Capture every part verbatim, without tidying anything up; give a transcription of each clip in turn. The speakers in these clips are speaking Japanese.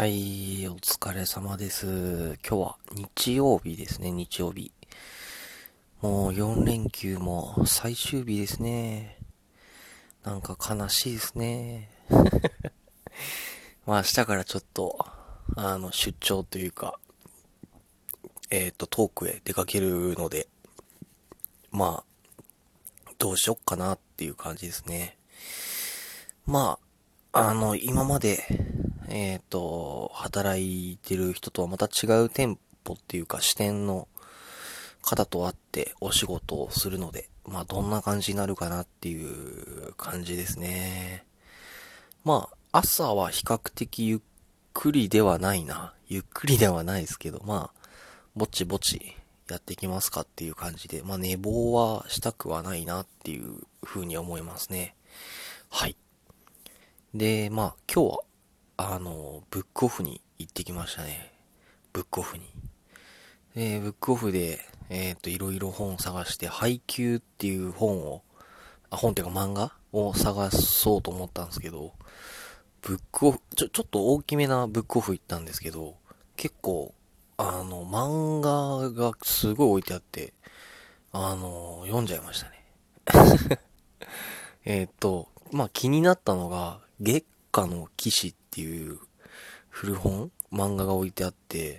はい、お疲れ様です。今日は日曜日ですね、日曜日。もうよん連休も最終日ですね。なんか悲しいですね。まあ明日からちょっと、あの、出張というか、えっと、トークへ出かけるので、まあ、どうしよっかなっていう感じですね。まあ、あの、今まで、えっと、働いてる人とはまた違う店舗っていうか視点の方と会ってお仕事をするので、まあどんな感じになるかなっていう感じですね。まあ朝は比較的ゆっくりではないな。ゆっくりではないですけど、まあぼちぼちやっていきますかっていう感じで、まあ寝坊はしたくはないなっていう風に思いますね。はい。で、まあ今日は、あの、ブックオフに行ってきましたね。ブックオフに。で、ブックオフで、えっと、いろいろ本探して、配給っていう本を、あ、本っていうか漫画を探そうと思ったんですけど、ブックオフ、ちょ、ちょっと大きめなブックオフ行ったんですけど、結構、あの、漫画がすごい置いてあって、あの、読んじゃいましたね。えっと、まあ、気になったのが、月下の騎士っていう古本漫画が置いてあって、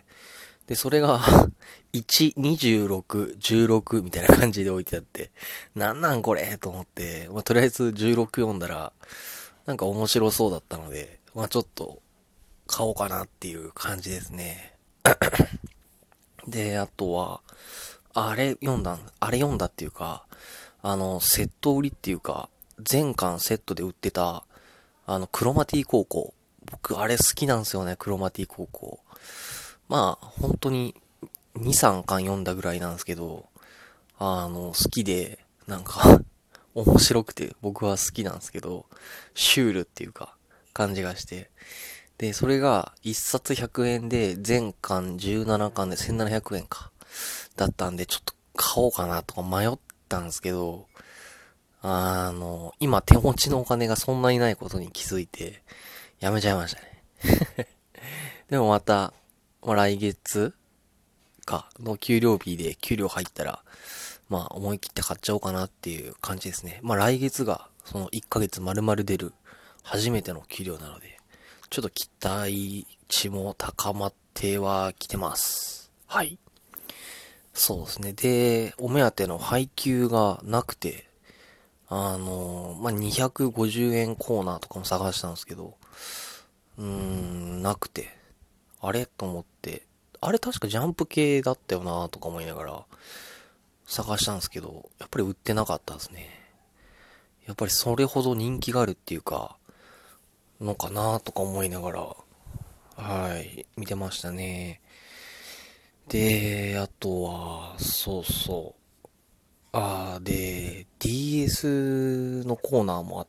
で、それがいち、にじゅうろく、じゅうろくみたいな感じで置いてあって、なんなんこれと思って、まあ、とりあえずじゅうろく読んだら、なんか面白そうだったので、まあちょっと買おうかなっていう感じですね。で、あとは、あれ読んだ、あれ読んだっていうか、あの、セット売りっていうか、全巻セットで売ってた、あの、クロマティ高校。僕、あれ好きなんですよね、クロマティ高校。まあ、本当にに、さんかん読んだぐらいなんですけど、あの、好きで、なんか面白くて僕は好きなんですけど、シュールっていうか、感じがして。で、それがいっさつひゃくえんで、全巻じゅうななかんでせんななひゃくえんか。だったんで、ちょっと買おうかなとか迷ったんですけど、あの、今手持ちのお金がそんなにないことに気づいて、やめちゃいましたね。でもまた、まあ、来月か、の給料日で給料入ったら、まあ思い切って買っちゃおうかなっていう感じですね。まあ来月がそのいっかげつ丸々出る初めての給料なので、ちょっと期待値も高まってはきてます。はい。そうですね。で、お目当ての配給がなくて、あのー、まあ、にひゃくごじゅうえんコーナーとかも探したんですけど、うーん、なくて、あれと思って、あれ確かジャンプ系だったよなとか思いながら探したんですけど、やっぱり売ってなかったですね。やっぱりそれほど人気があるっていうか、のかなとか思いながら、はい、見てましたね。で、あとは、そうそう。あーで、ディーエス のコーナーもあって、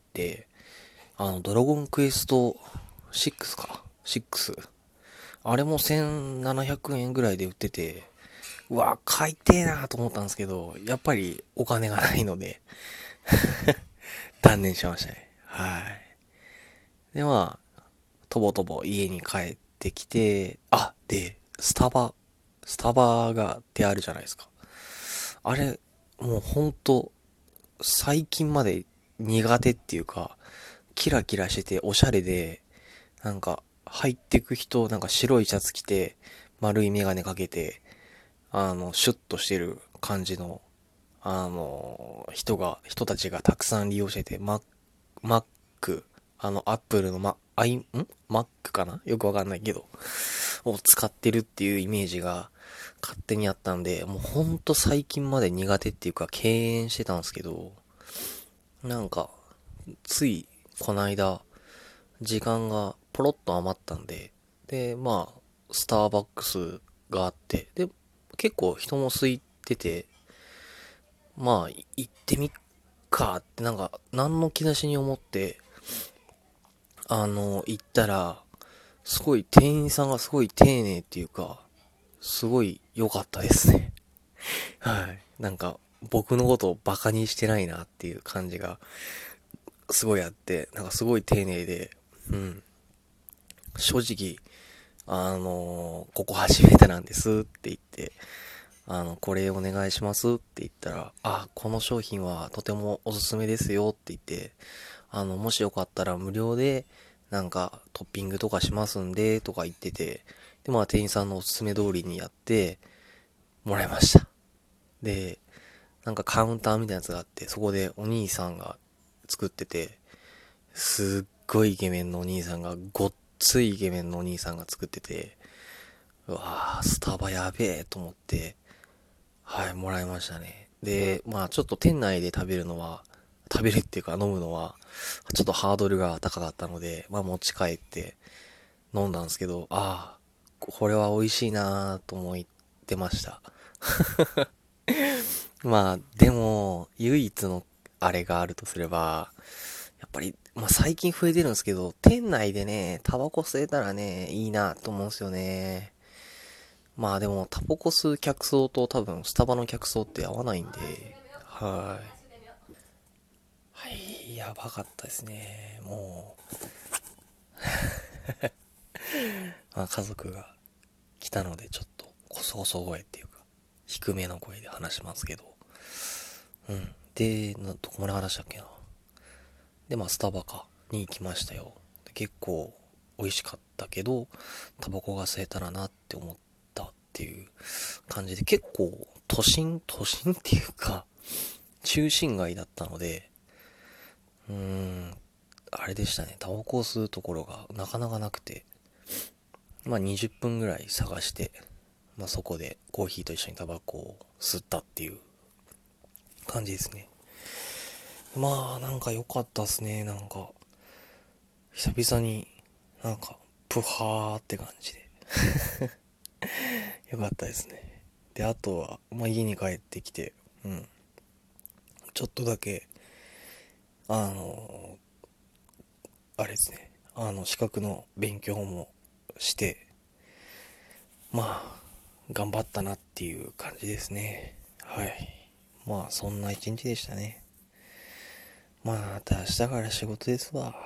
あの、ドラゴンクエストシックスか。シックス。あれもせんななひゃくえんぐらいで売ってて、うわ、買いてえなと思ったんですけど、やっぱりお金がないので断念しましたね。はい。で、まあ、とぼとぼ家に帰ってきて、あ、で、スタバ、スタバがってあるじゃないですか。あれ、もうほんと、最近まで苦手っていうか、キラキラしてておしゃれで、なんか、入ってく人、なんか白いシャツ着て、丸いメガネかけて、あの、シュッとしてる感じの、あの、人が、人たちがたくさん利用してて、ママック、あの、アップルのマ、アイ、んマックかなよくわかんないけど、を使ってるっていうイメージが勝手にあったんで、もうほんと最近まで苦手っていうか敬遠してたんですけど、なんか、つい、こないだ、時間がポロッと余ったんで、で、まあ、スターバックスがあって、で、結構人も空いてて、まあ、行ってみっかってなんか、何の気なしに思って、あの、行ったら、すごい店員さんがすごい丁寧っていうか、すごい良かったですね。はい。なんか、僕のことをバカにしてないなっていう感じが、すごいあって、なんかすごい丁寧で、うん。正直、 あの、ここ初めてなんですって言って、あの、これお願いしますって言ったら、あ、この商品はとてもおすすめですよって言って、あの、もしよかったら無料で、なんかトッピングとかしますんで、とか言ってて、で、まあ店員さんのおすすめ通りにやって、もらいました。で、なんかカウンターみたいなやつがあって、そこでお兄さんが作ってて、すっごいイケメンのお兄さんが、ごっついイケメンのお兄さんが作ってて、うわー、スタバやべえと思って、はい、もらいましたね。で、まあちょっと店内で食べるのは、食べるっていうか飲むのは、ちょっとハードルが高かったので、まあ持ち帰って飲んだんですけど、ああ、これは美味しいなーと思ってました。まあ、でも、唯一のあれがあるとすれば、やっぱり、まあ最近増えてるんですけど、店内でね、タバコ吸えたらね、いいなと思うんですよね。まあでも、タバコ吸う客層と多分、スタバの客層って合わないんで、はい。はい、やばかったですね。もう、まあ家族が来たので、ちょっと、こそこそ声っていうか、低めの声で話しますけど、うん。で、などこまで話したっけな。で、まあ、スタバか、に行きましたよ。で結構、美味しかったけど、タバコが吸えたらなって思ったっていう感じで、結構、都心、都心っていうか、中心街だったので、うーん、あれでしたね、タバコを吸うところがなかなかなくて、まあにじゅっぷんぐらい探して、まあそこでコーヒーと一緒にタバコを吸ったっていう感じですね。まあなんか良かったっすね、なんか、久々になんか、プハーって感じで。よかったですね。で、あとは、まあ家に帰ってきて、うん、ちょっとだけ、あの、あれですね、あの、資格の勉強もして、まあ、頑張ったなっていう感じですね。はい。まあ、そんな一日でしたね。まあ、また明日から仕事ですわ。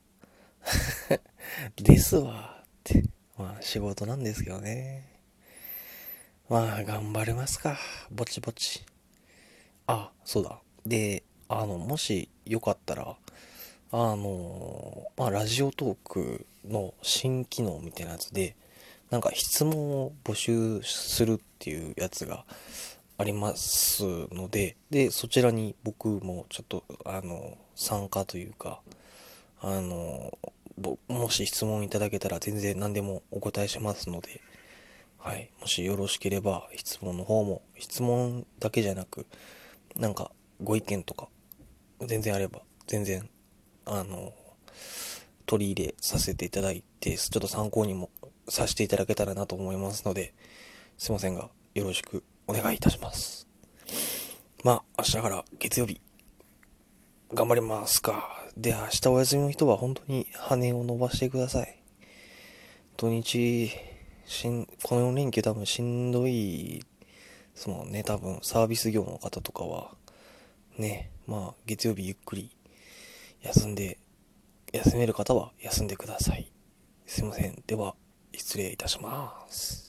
ですわ。って。まあ、仕事なんですけどね。まあ、頑張れますか。ぼちぼち。あ、そうだ。で、あの、もしよかったら、あの、まあ、ラジオトークの新機能みたいなやつで、なんか質問を募集するっていうやつがありますので、で、そちらに僕もちょっと、あの、参加というか、あの、もし質問いただけたら全然何でもお答えしますので、はい。もしよろしければ質問の方も、質問だけじゃなく、なんかご意見とか全然あれば、全然、あの、取り入れさせていただいて、ちょっと参考にもさせていただけたらなと思いますので、すいませんが、よろしくお願いいたします。まあ、明日から月曜日、頑張りますか。で、明日お休みの人は本当に羽を伸ばしてください。土日、しん、このよん連休多分しんどい、そのね、多分サービス業の方とかは、ね、まあ、月曜日ゆっくり休んで、休める方は休んでください。すいません。では、失礼いたします。